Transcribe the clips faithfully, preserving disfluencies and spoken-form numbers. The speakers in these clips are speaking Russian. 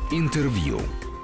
Интервью.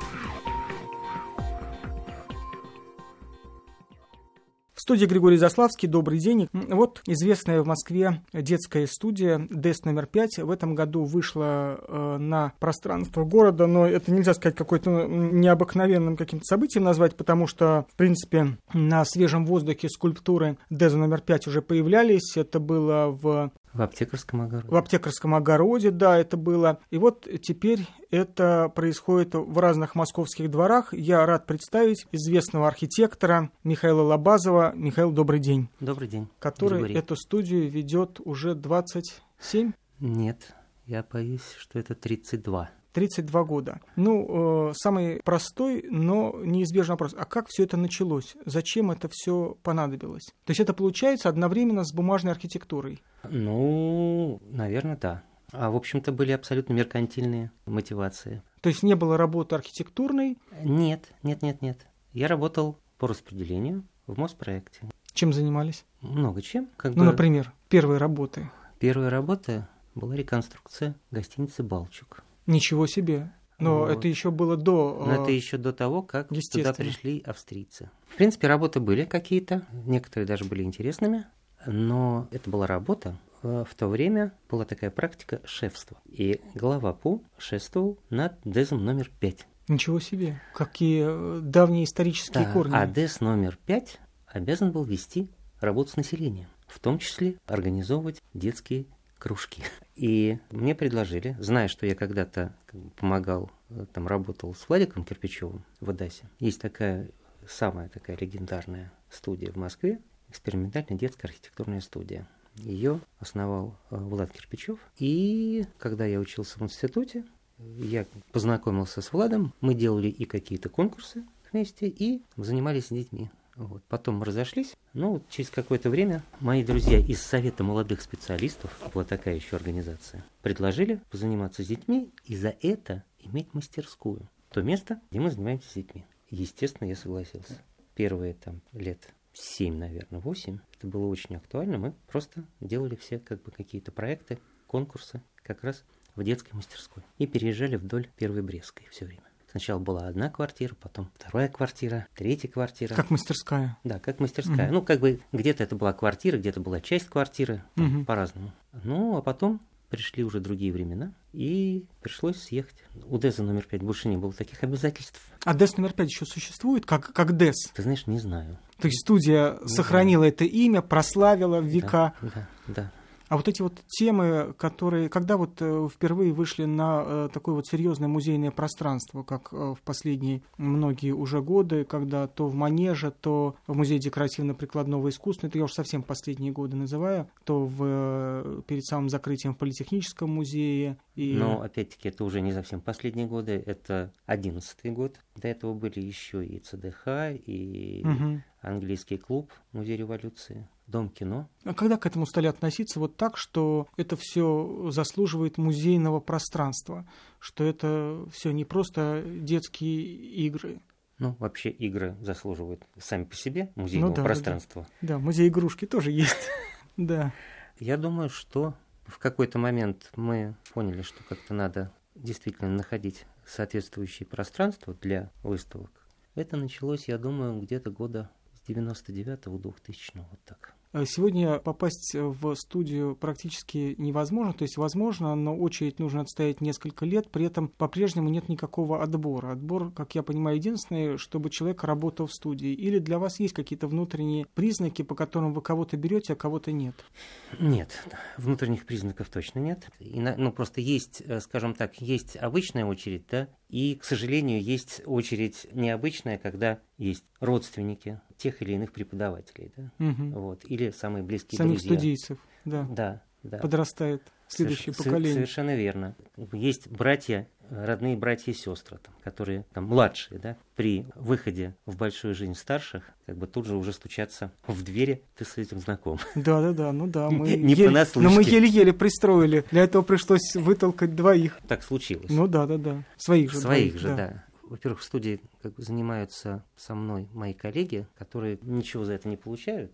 В студии Григорий Заславский. Добрый день. Вот известная в Москве детская студия ДЭС номер пять в этом году вышла э, на пространство города, но это нельзя сказать какой-то необыкновенным каким-то событием назвать, потому что, в принципе, на свежем воздухе скульптуры ДЭС номер пять уже появлялись. Это было в... В Аптекарском огороде. В Аптекарском огороде, да, это было. И вот теперь это происходит в разных московских дворах. Я рад представить известного архитектора Михаила Лобазова. Михаил, добрый день. Добрый день, Который Григорий. Эту студию ведет уже двадцать семь? Нет, я боюсь, что это тридцать два. тридцать два года. Ну, э, самый простой, но неизбежный вопрос. А как все это началось? Зачем это все понадобилось? То есть это получается одновременно с бумажной архитектурой? Ну, наверное, да. А, в общем-то, были абсолютно меркантильные мотивации. То есть не было работы архитектурной? Нет, нет, нет, нет. Я работал по распределению в Моспроекте. Чем занимались? Много чем. Как Ну, бы например, первые работы. Первая работа была реконструкция гостиницы «Балчук». Ничего себе. Но Вот. это еще было до... Но э, это еще до того, как туда естественно. пришли австрийцы. В принципе, работы были какие-то, некоторые даже были интересными, но это была работа. В то время была такая практика шефства. И глава ПУ шефствовал над ДЭСом номер пять. Ничего себе. Какие э, давние исторические Да, корни. а ДЭС номер пять обязан был вести работу с населением, в том числе организовывать детские кружки. И мне предложили, зная, что я когда-то помогал, там работал с Владиком Кирпичевым в Адасе. Есть такая самая такая легендарная студия в Москве, экспериментальная детская архитектурная студия. Ее основал Влад Кирпичев. И когда я учился в институте, я познакомился с Владом, мы делали и какие-то конкурсы вместе, и занимались с детьми. Вот. Потом мы разошлись, но вот через какое-то время мои друзья из Совета молодых специалистов, была такая еще организация, предложили позаниматься с детьми и за это иметь мастерскую. То место, где мы занимаемся с детьми. Естественно, я согласился. Первые там лет семь, наверное, восемь, это было очень актуально. Мы просто делали все как бы какие-то проекты, конкурсы как раз в детской мастерской. И переезжали вдоль Первой Брестской все время. Сначала была одна квартира, потом вторая квартира, третья квартира. Как мастерская. Да, как мастерская. Угу. Ну, как бы где-то это была квартира, где-то была часть квартиры, там, Угу. по-разному. Ну, а потом пришли уже другие времена, и пришлось съехать. У ДЭСа номер пять больше не было таких обязательств. А ДЭС номер пять еще существует, как, как ДЭС? Ты знаешь, не знаю. То есть студия Не сохранила знаю. это имя, прославила в века. Да, да, да. А вот эти вот темы, которые, когда вот э, впервые вышли на э, такое вот серьезное музейное пространство, как э, в последние многие уже годы, когда то в Манеже, то в Музее декоративно-прикладного искусства, это я уж совсем последние годы называю, то в, э, перед самым закрытием в Политехническом музее. И... Но, опять-таки, это уже не совсем последние годы, это одиннадцатый год. До этого были еще и ЦДХ, и Угу. английский клуб, Музей революции, Дом кино. А когда к этому стали относиться вот так, что это все заслуживает музейного пространства, что это все не просто детские игры? Ну, вообще игры заслуживают сами по себе музейного Ну да, пространства. Да, да, музей игрушки тоже есть. Да. Я думаю, что в какой-то момент мы поняли, что как-то надо действительно находить соответствующее пространство для выставок. Это началось, я думаю, где-то года с девяносто девятого двухтысячного, вот так. Сегодня попасть в студию практически невозможно, то есть возможно, но очередь нужно отстоять несколько лет, при этом по-прежнему нет никакого отбора. Отбор, как я понимаю, единственный, чтобы человек работал в студии. Или для вас есть какие-то внутренние признаки, по которым вы кого-то берете, а кого-то нет? Нет, внутренних признаков точно нет. И, ну, просто есть, скажем так, есть обычная очередь, да, и, к сожалению, есть очередь необычная, когда есть родственники тех или иных преподавателей, да, Угу. вот, или самые близкие Самих друзья. студийцев, да. Да, да. Подрастает следующее Соверш- поколение. Совершенно верно. Есть братья, родные братья и сестры, там, которые там, младшие, да, при выходе в большую жизнь старших, как бы тут же уже стучатся в двери, ты с этим знаком. Да, да, да, ну да, мы Не еле- понаслышке. но мы еле-еле пристроили. Для этого пришлось вытолкать двоих. Так случилось. Ну да, да, да. Своих же. Своих двоих, же, да. Во-первых, в студии как бы занимаются со мной мои коллеги, которые ничего за это не получают, да,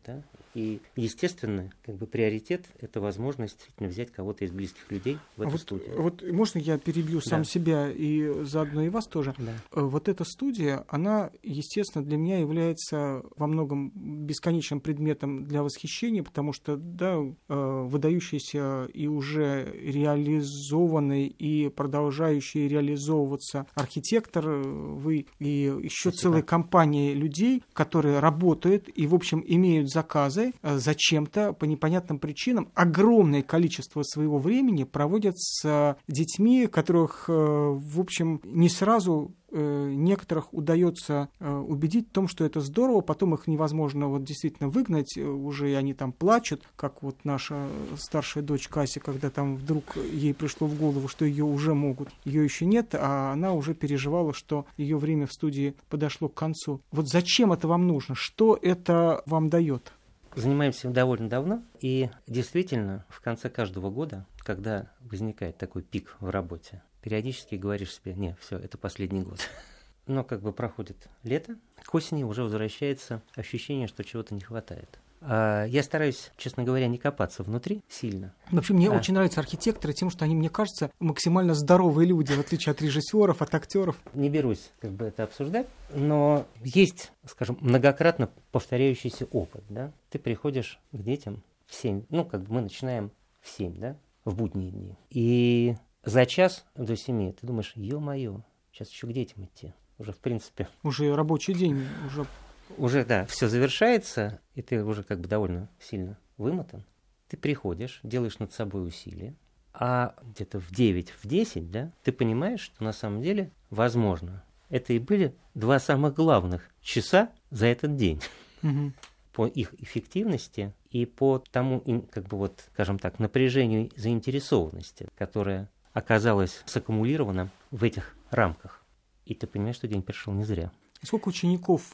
И, естественно, как бы приоритет – это возможность взять кого-то из близких людей в эту вот, студию. Вот можно я перебью сам да. себя и заодно и вас тоже? Да. Вот эта студия, она, естественно, для меня является во многом бесконечным предметом для восхищения, потому что, да, выдающийся и уже реализованный и продолжающий реализовываться архитектор, вы и еще Спасибо. Целая компания людей, которые работают и, в общем, имеют заказы, зачем-то, по непонятным причинам, огромное количество своего времени проводят с детьми, которых, в общем, не сразу некоторых удается убедить в том, что это здорово, потом их невозможно вот действительно выгнать, уже они там плачут, как вот наша старшая дочь Кася, когда там вдруг ей пришло в голову, что ее уже могут, ее еще нет, а она уже переживала, что ее время в студии подошло к концу. Вот зачем это вам нужно? Что это вам дает? Занимаемся довольно давно, и действительно в конце каждого года, когда возникает такой пик в работе, периодически говоришь себе: не, все, это последний год. Но как бы проходит лето, к осени уже возвращается ощущение, что чего-то не хватает. А я стараюсь, честно говоря, не копаться внутри сильно. Вообще, мне а. очень нравятся архитекторы тем, что они, мне кажется, максимально здоровые люди, в отличие от режиссеров, от актеров. Не берусь как бы это обсуждать, но есть, скажем, многократно повторяющийся опыт. Да? Ты приходишь к детям в семь, ну, как бы мы начинаем в семь, да, в будние дни. И за час до семи ты думаешь: ё-моё, сейчас еще к детям идти. Уже, в принципе... Уже рабочий день, уже... Уже, да, все завершается, и ты уже как бы довольно сильно вымотан. Ты приходишь, делаешь над собой усилия, а где-то в девять, в десять, да, ты понимаешь, что на самом деле, возможно, это и были два самых главных часа за этот день. Угу. По их эффективности и по тому, как бы вот, скажем так, напряжению заинтересованности, которая оказалась саккумулирована в этих рамках. И ты понимаешь, что день прошел не зря. Сколько учеников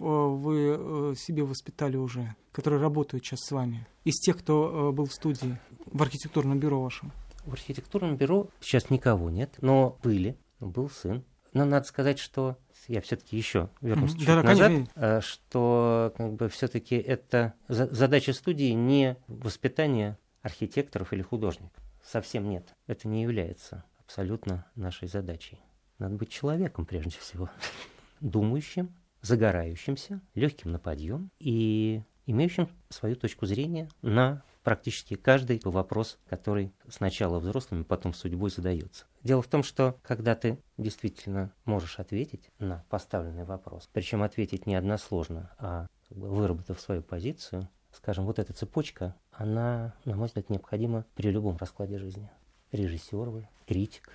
вы себе воспитали уже, которые работают сейчас с вами, из тех, кто был в студии, в архитектурном бюро вашем? В архитектурном бюро сейчас никого нет, но были, был сын. Но надо сказать, что я все-таки еще вернусь mm-hmm. чуть да, назад, конечно. Что как бы все-таки это задача студии не воспитание архитекторов или художников. Совсем нет. Это не является абсолютно нашей задачей. Надо быть человеком прежде всего. Думающим, загорающимся, легким на подъем и имеющим свою точку зрения на практически каждый вопрос, который сначала взрослыми, потом судьбой задается. Дело в том, что когда ты действительно можешь ответить на поставленный вопрос, причем ответить не односложно, а выработав свою позицию, скажем, вот эта цепочка, она, на мой взгляд, необходима при любом раскладе жизни. Режиссер вы, критик,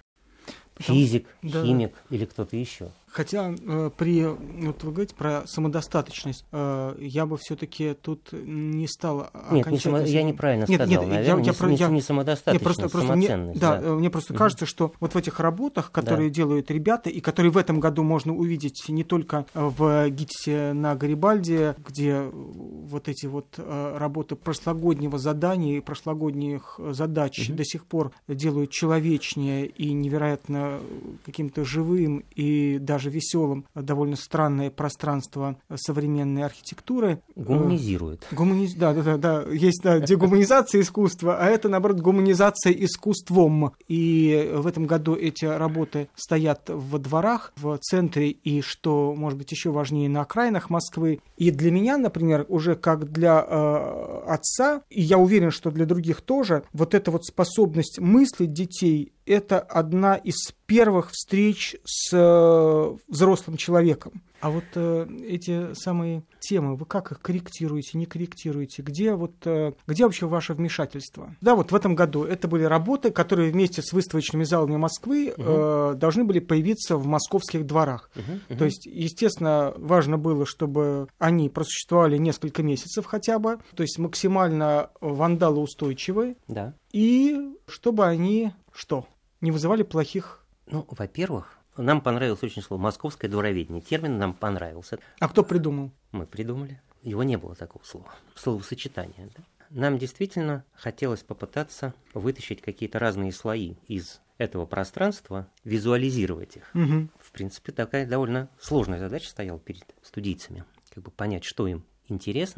физик, да. химик или кто-то еще. Хотя э, при, вот вы говорите про самодостаточность, э, я бы все-таки тут не стал Нет, не само, я неправильно нет, сказал, нет, наверное, я, не, я, не, я, не самодостаточность, просто, просто самоценность. Мне, да, да, мне просто угу. кажется, что вот в этих работах, которые да. делают ребята, и которые в этом году можно увидеть не только в ГИТИСе на Гарибальди, где вот эти вот работы прошлогоднего задания и прошлогодних задач угу. до сих пор делают человечнее и невероятно каким-то живым и даже веселым, довольно странное пространство современной архитектуры. Гуманизирует. Гуманиз... Да, да, да, да. Есть да, дегуманизация искусства, а это, наоборот, гуманизация искусством. И в этом году эти работы стоят во дворах, в центре и, что, может быть, еще важнее, на окраинах Москвы. И для меня, например, уже как для э, отца, и я уверен, что для других тоже, вот эта вот способность мыслить детей — это одна из первых встреч с э, взрослым человеком. А вот э, эти самые темы, вы как их корректируете, не корректируете? Где, вот, э, где вообще ваше вмешательство? Да, вот в этом году это были работы, которые вместе с выставочными залами Москвы угу. э, должны были появиться в московских дворах. Угу, угу. То есть, естественно, важно было, чтобы они просуществовали несколько месяцев хотя бы, то есть максимально вандалоустойчивые, да. И чтобы они что? Не вызывали плохих... Ну, во-первых, нам понравилось очень слово «московское двороведение». Термин нам понравился. А кто придумал? Мы придумали. Его не было такого слова. Словосочетания. Да? Нам действительно хотелось попытаться вытащить какие-то разные слои из этого пространства, визуализировать их. Угу. В принципе, такая довольно сложная задача стояла перед студийцами. Как бы понять, что им интересно,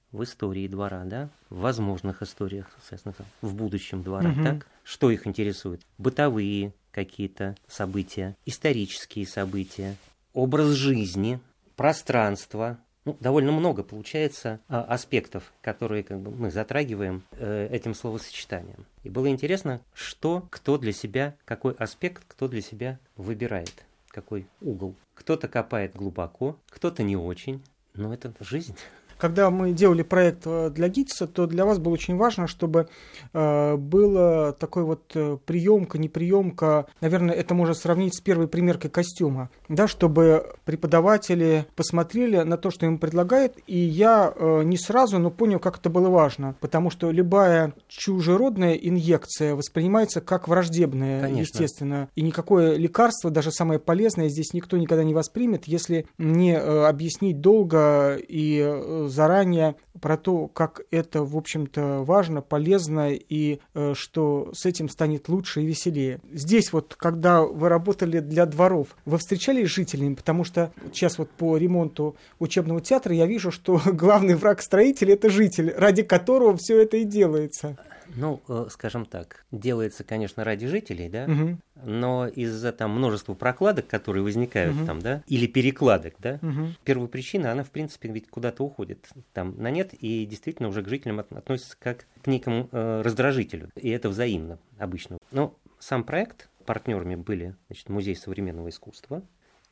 в истории двора, да, в возможных историях, соответственно, в будущем двора, Угу. так? Что их интересует? Бытовые какие-то события, исторические события, образ жизни, пространство. Ну, довольно много получается а, аспектов, которые как бы, мы затрагиваем э, этим словосочетанием. И было интересно, что кто для себя, какой аспект кто для себя выбирает, какой угол. Кто-то копает глубоко, кто-то не очень, но это жизнь. Когда мы делали проект для ГИТИСа, то для вас было очень важно, чтобы э, было такой вот э, приемка, неприемка, наверное, это можно сравнить с первой примеркой костюма, да, чтобы преподаватели посмотрели на то, что им предлагают, и я э, не сразу, но понял, как это было важно, потому что любая чужеродная инъекция воспринимается как враждебная, Конечно. естественно, и никакое лекарство, даже самое полезное, здесь никто никогда не воспримет, если не э, объяснить долго и э, заранее про то, как это, в общем-то, важно, полезно и э, что с этим станет лучше и веселее. Здесь вот, когда вы работали для дворов, вы встречались с жителями? Потому что сейчас вот по ремонту учебного театра я вижу, что главный враг строителя – это житель, ради которого все это и делается. Ну, скажем так, делается, конечно, ради жителей, да, Угу. но из-за там множества прокладок, которые возникают Угу. там, да, или перекладок, да, Угу. первая причина, она, в принципе, ведь куда-то уходит там на нет и действительно уже к жителям от- относится как к некому э, раздражителю, и это взаимно обычно. Но сам проект, партнерами были, значит, Музей современного искусства,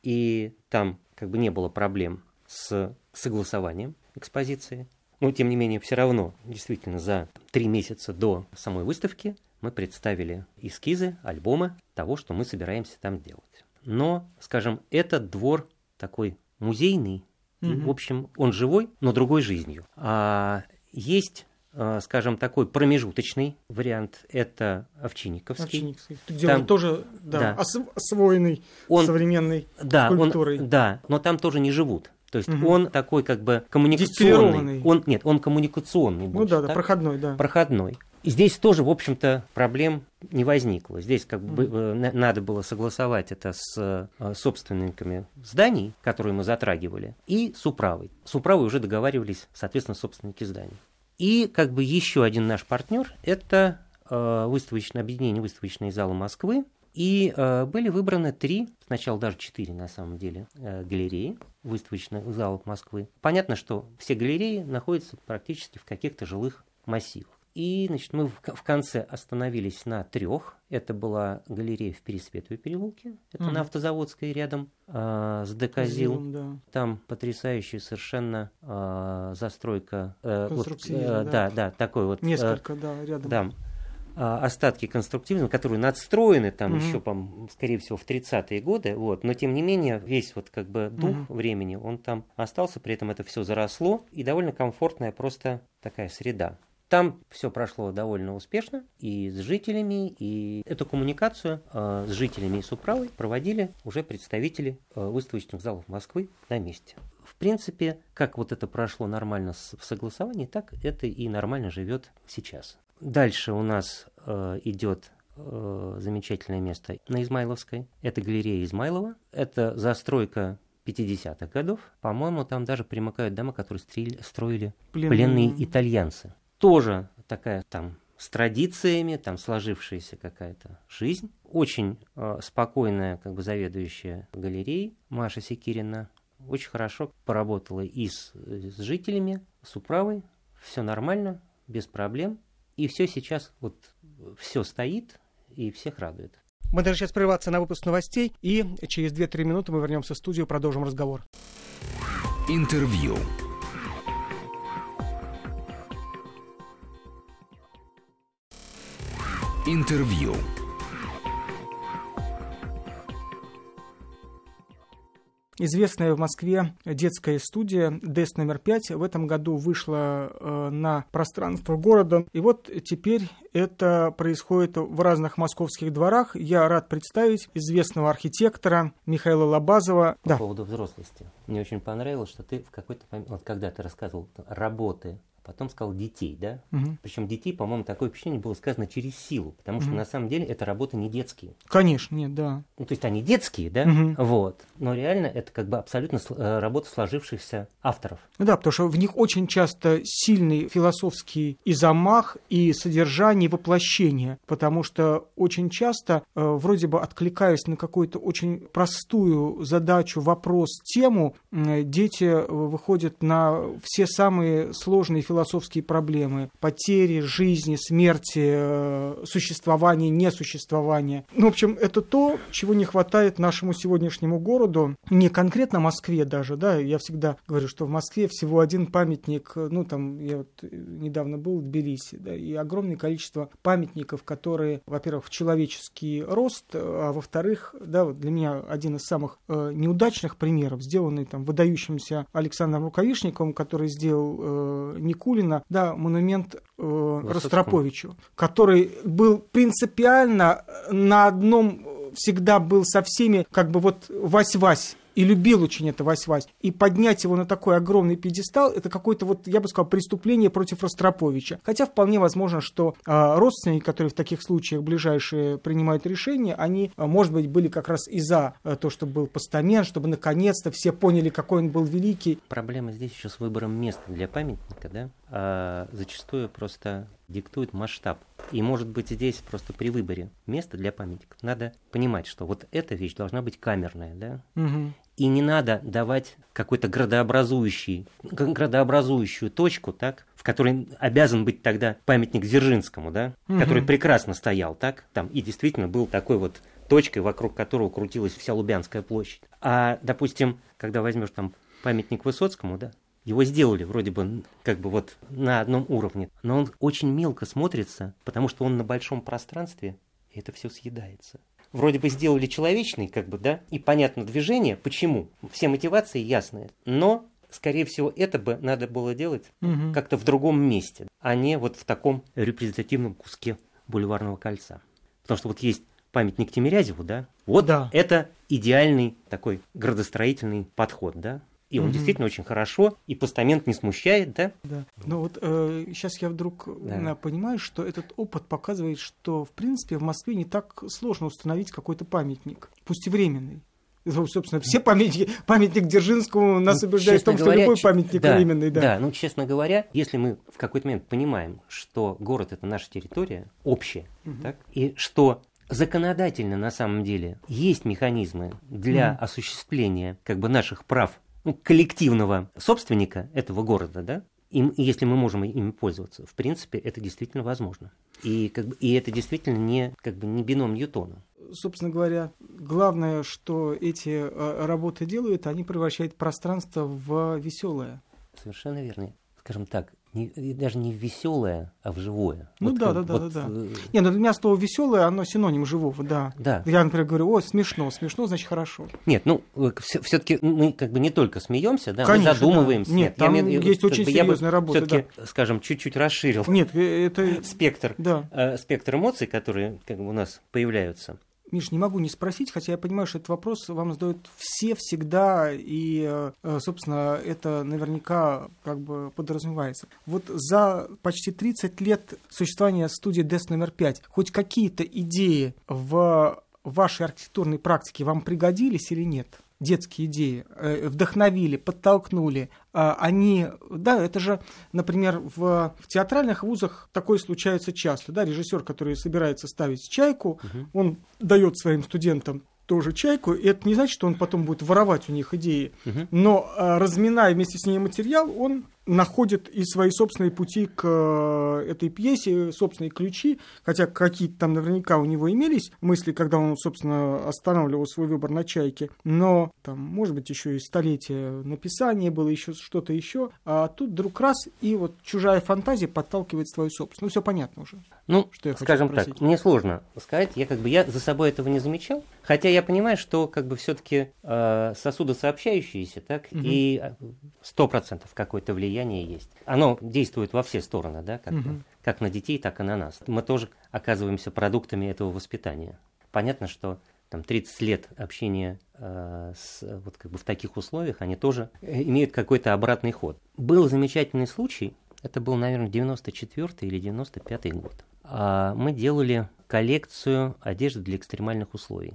и там как бы не было проблем с согласованием экспозиции. Но, тем не менее, все равно, действительно, за три месяца до самой выставки мы представили эскизы, альбомы того, что мы собираемся там делать. Но, скажем, этот двор такой музейный, и, Мгм. в общем, он живой, но другой жизнью. А есть, а, скажем, такой промежуточный вариант, это Овчинниковский. Овчинниковский. Где он Там- тоже да, да. осв- освоенный Он- современной Да, скульптурой. он, да, но там тоже не живут. То есть Мгм. он такой как бы коммуникационный. Дистиллированный. Он, нет, он коммуникационный Ну больше, да, да, так? проходной, да. проходной. И здесь тоже, в общем-то, проблем не возникло. Здесь как бы э, на- надо было согласовать это с э, собственниками зданий, которые мы затрагивали, и с управой. С управой уже договаривались, соответственно, собственники зданий. И как бы еще один наш партнер – это э, выставочное объединение «Выставочные залы Москвы». И э, были выбраны три, сначала даже четыре на самом деле, э, галереи выставочных залов Москвы. Понятно, что все галереи находятся практически в каких-то жилых массивах. И, значит, мы в, в конце остановились на трех. Это была галерея в Пересветовой переулке, это Мгм. на Автозаводской рядом э, с ДК «ЗИЛ». Зилом, да. Там потрясающая совершенно э, застройка. э, вот, Конструктивизм, э, да. да, да, такой вот. э, Несколько, да, рядом. да, а, остатки конструктивизма, которые надстроены там Мгм. еще, по-моему, скорее всего, в тридцатые годы, вот, но тем не менее весь вот как бы дух Мгм. времени, он там остался, при этом это все заросло, и довольно комфортная просто такая среда. Там все прошло довольно успешно и с жителями, и эту коммуникацию э, с жителями и с управой проводили уже представители э, выставочных залов Москвы на месте. В принципе, как вот это прошло нормально с- в согласовании, так это и нормально живет сейчас. Дальше у нас э, идет э, замечательное место на Измайловской. Это галерея Измайлова. Это застройка пятидесятых годов. По-моему, там даже примыкают дома, которые стрели- строили Пленные. пленные итальянцы. Тоже такая там с традициями, там сложившаяся какая-то жизнь. Очень э, спокойная, как бы заведующая галереей Маша Секирина. Очень хорошо поработала и с, с жителями, с управой. Все нормально, без проблем. И все сейчас, вот, все стоит и всех радует. Мы должны сейчас прерваться на выпуск новостей, и через две-три минуты мы вернемся в студию и продолжим разговор. Интервью. Интервью. Известная в Москве детская студия ДЭС номер пять в этом году вышла э, на пространство города. И вот теперь это происходит в разных московских дворах. Я рад представить известного архитектора Михаила Лобазова. По Да. поводу взрослости. Мне очень понравилось, что ты в какой-то момент, вот когда ты рассказывал работы потом сказал детей, да? Угу. Причем детей, по-моему, такое впечатление было сказано через силу, потому что Угу. на самом деле это работы не детские. Конечно, нет, да. Ну, то есть они детские, да? Угу. Вот. Но реально это как бы абсолютно сл- работа сложившихся авторов. Ну да, потому что в них очень часто сильный философский и замах, и содержание, и воплощение, потому что очень часто, э, вроде бы откликаясь на какую-то очень простую задачу, вопрос, тему, э, дети выходят на все самые сложные философские проблемы: потери, жизни, смерти, э, существования, несуществования. Ну, в общем, это то, чего не хватает нашему сегодняшнему городу, не конкретно Москве даже, да, я всегда говорю, что в Москве всего один памятник, ну, там, я вот недавно был в Тбилиси, да, и огромное количество памятников, которые, во-первых, в человеческий рост, а во-вторых, да, вот для меня один из самых э, неудачных примеров, сделанный там выдающимся Александром Рукавишниковым, который сделал э, Никулина, да, монумент э, Ростроповичу, который был принципиально на одном, всегда был со всеми, как бы вот Вась-Вась, и любил очень это Вась-Вась. И поднять его на такой огромный пьедестал, это какое-то, вот, я бы сказал, преступление против Ростроповича. Хотя вполне возможно, что э, родственники, которые в таких случаях ближайшие принимают решения, они, э, может быть, были как раз и за э, то, чтобы был постамент, чтобы наконец-то все поняли, какой он был великий. Проблема здесь еще с выбором места для памятника, да? А зачастую просто диктует масштаб. И, может быть, здесь просто при выборе места для памятника надо понимать, что вот эта вещь должна быть камерная, да? Угу. И не надо давать какой-то градообразующий, градообразующую точку, так, в которой обязан быть тогда памятник Дзержинскому, да, угу. который прекрасно стоял, так, там, и действительно был такой вот точкой, вокруг которого крутилась вся Лубянская площадь. А, допустим, когда возьмешь там памятник Высоцкому, да, его сделали вроде бы как бы вот на одном уровне, но он очень мелко смотрится, потому что он на большом пространстве, и это все съедается. Вроде бы сделали человечный, как бы, да, и понятно движение, почему, все мотивации ясные, но, скорее всего, это бы надо было делать угу. как-то в другом месте, а не вот в таком репрезентативном куске Бульварного кольца. Потому что вот есть памятник Тимирязеву, да, вот да. это идеальный такой градостроительный подход, да. И он угу. действительно очень хорошо, и постамент не смущает, да? Да. Но вот э, сейчас я вдруг да. понимаю, что этот опыт показывает, что, в принципе, в Москве не так сложно установить какой-то памятник, пусть и временный. Собственно, все памятники, памятник Дзержинскому нас ну, убеждает в том, говоря, что любой памятник да, временный. Да. да, ну, честно говоря, если мы в какой-то момент понимаем, что город – это наша территория, общая, угу. так, и что законодательно, на самом деле, есть механизмы для угу. осуществления как бы наших прав, ну, коллективного собственника этого города, да, и если мы можем ими пользоваться, в принципе, это действительно возможно. И, как бы, и это действительно не, как бы, не бином Ньютона. Собственно говоря, главное, что эти э, работы делают, они превращают пространство в веселое. Совершенно верно. Скажем так, не, даже не в веселое, а в живое. Ну вот, да, вот, да, вот, да, да. Не, ну для меня слово веселое, оно синоним живого, да. Да. Я, например, говорю, о, смешно, смешно, значит хорошо. Нет, ну все-таки мы как бы не только смеемся, да, конечно, мы задумываемся. Да. Нет, там я, есть как очень бы, серьезная работа. Все-таки, да. скажем, чуть-чуть расширил. Нет, это спектр, да. э, спектр эмоций, которые как бы у нас появляются. Миш, не могу не спросить, хотя я понимаю, что этот вопрос вам задают все всегда, и, собственно, это наверняка как бы подразумевается. Вот за почти тридцать лет существования студии ДЭС номер пять хоть какие-то идеи в вашей архитектурной практике вам пригодились или нет? Детские идеи вдохновили, подтолкнули. Они, да, это же, например, в, в театральных вузах такое случается часто. Да, режиссер, который собирается ставить «Чайку», угу. он дает своим студентам тоже «Чайку», и это не значит, что он потом будет воровать у них идеи, угу. но, разминая вместе с ней материал, он находит и свои собственные пути к этой пьесе, собственные ключи, хотя какие-то там наверняка у него имелись мысли, когда он, собственно, останавливал свой выбор на «Чайке», но там, может быть, еще и столетие написания было, еще что-то еще, а тут вдруг раз, и вот чужая фантазия подталкивает свою собственную. Ну, все понятно уже. Ну, что я скажем так, мне сложно сказать, я как бы я за собой этого не замечал, хотя я понимаю, что как бы все-таки э, сосудосообщающиеся, так, угу. и сто процентов какое-то влияние есть. Оно действует во все стороны, да, как, угу. как на детей, так и на нас. Мы тоже оказываемся продуктами этого воспитания. Понятно, что там тридцать лет общения э, с, вот, как бы в таких условиях, они тоже имеют какой-то обратный ход. Был замечательный случай, Это был, наверное, девяносто четвёртый или девяносто пятый год. А мы делали коллекцию одежды для экстремальных условий.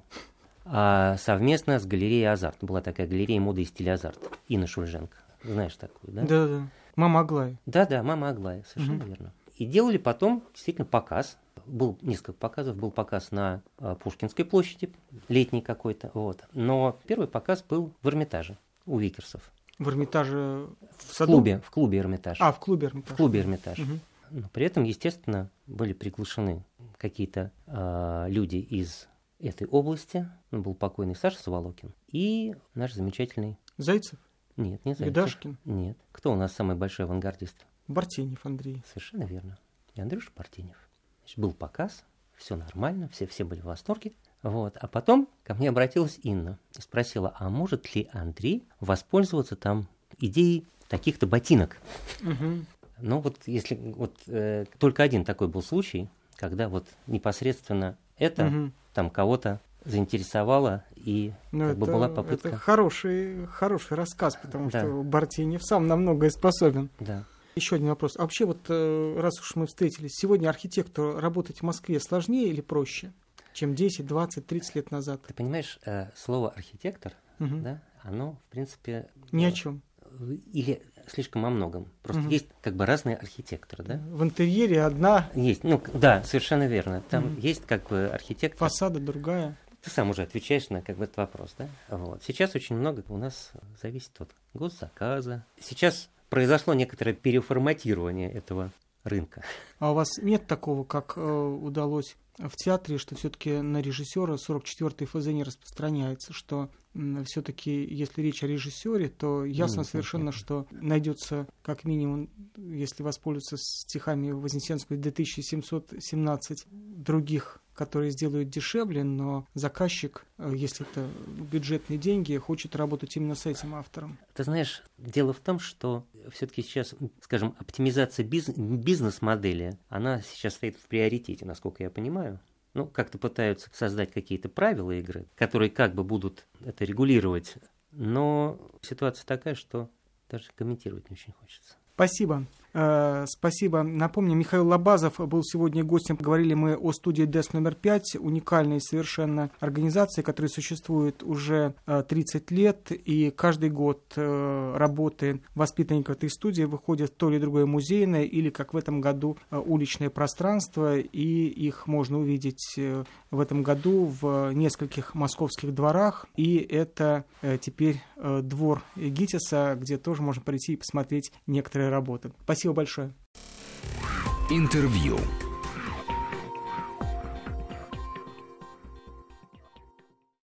А совместно с галереей «Азарт». Была такая галерея моды и стиля «Азарт». Инна Шульженко. Знаешь такую, да? Да-да. Мама Аглая. Да-да, мама Аглая, совершенно угу. верно. И делали потом действительно показ. Был несколько показов. Был показ на а, Пушкинской площади, летний какой-то. Вот. Но первый показ был в Эрмитаже у Викерсов. В Эрмитаже в саду? В клубе, в клубе «Эрмитаж». А, в клубе «Эрмитаж». В клубе «Эрмитаж». Угу. Но при этом, естественно, были приглашены какие-то а, люди из этой области. Он был покойный Саша Саволокин и наш замечательный... Зайцев? Нет, не Зайцев. Юдашкин? Нет. Кто у нас самый большой авангардист? Бартенев Андрей. Совершенно верно. И Андрюша Бартенев. Значит, был показ, все нормально, все, все были в восторге. Вот. А потом ко мне обратилась Инна и спросила, а может ли Андрей воспользоваться там идеей таких-то ботинок? Угу. Ну вот если вот э, только один такой был случай, когда вот непосредственно это угу. там кого-то заинтересовало, и ну, как бы была попытка... Это хороший, хороший рассказ, потому да. что Бартенев сам на многое способен. Да. Еще один вопрос. А вообще, вот раз уж мы встретились, сегодня архитектору работать в Москве сложнее или проще, чем десять, двадцать, тридцать лет назад? Ты понимаешь, слово «архитектор», угу. да, оно, в принципе... Ни о чем. Или слишком о многом. Просто угу. есть как бы разные архитекторы, да? В интерьере одна... Есть, ну да, совершенно верно. Там угу. есть как бы архитектор... Фасада другая. Ты сам уже отвечаешь на как бы этот вопрос, да? Вот. Сейчас очень много у нас зависит от госзаказа. Сейчас произошло некоторое переформатирование этого рынка. А у вас нет такого, как э, удалось в театре, что все-таки на режиссера сорок четвёртый эф зэ не распространяется, что м, все-таки, если речь о режиссере, то ясно нет, совершенно, нет. что найдется как минимум, если воспользоваться стихами Вознесенского, две тысячи семьсот семнадцать других, которые сделают дешевле, но заказчик, если это бюджетные деньги, хочет работать именно с этим автором. Ты знаешь, дело в том, что все-таки сейчас, скажем, оптимизация биз- бизнес-модели, она сейчас стоит в приоритете, насколько я понимаю. Ну, как-то пытаются создать какие-то правила игры, которые как бы будут это регулировать, но ситуация такая, что даже комментировать не очень хочется. Спасибо. Э, спасибо. Напомню, Михаил Лобазов был сегодня гостем. Говорили мы о студии ДЭС номер пять, уникальной совершенно организации, которая существует уже э, тридцать лет, и каждый год э, работы воспитанников этой студии выходят в то или другое музейное, или, как в этом году, э, уличное пространство, и их можно увидеть э, в этом году в нескольких московских дворах, и это э, теперь э, двор ГИТИСа, где тоже можно прийти и посмотреть некоторые работы. Спасибо большое. Интервью.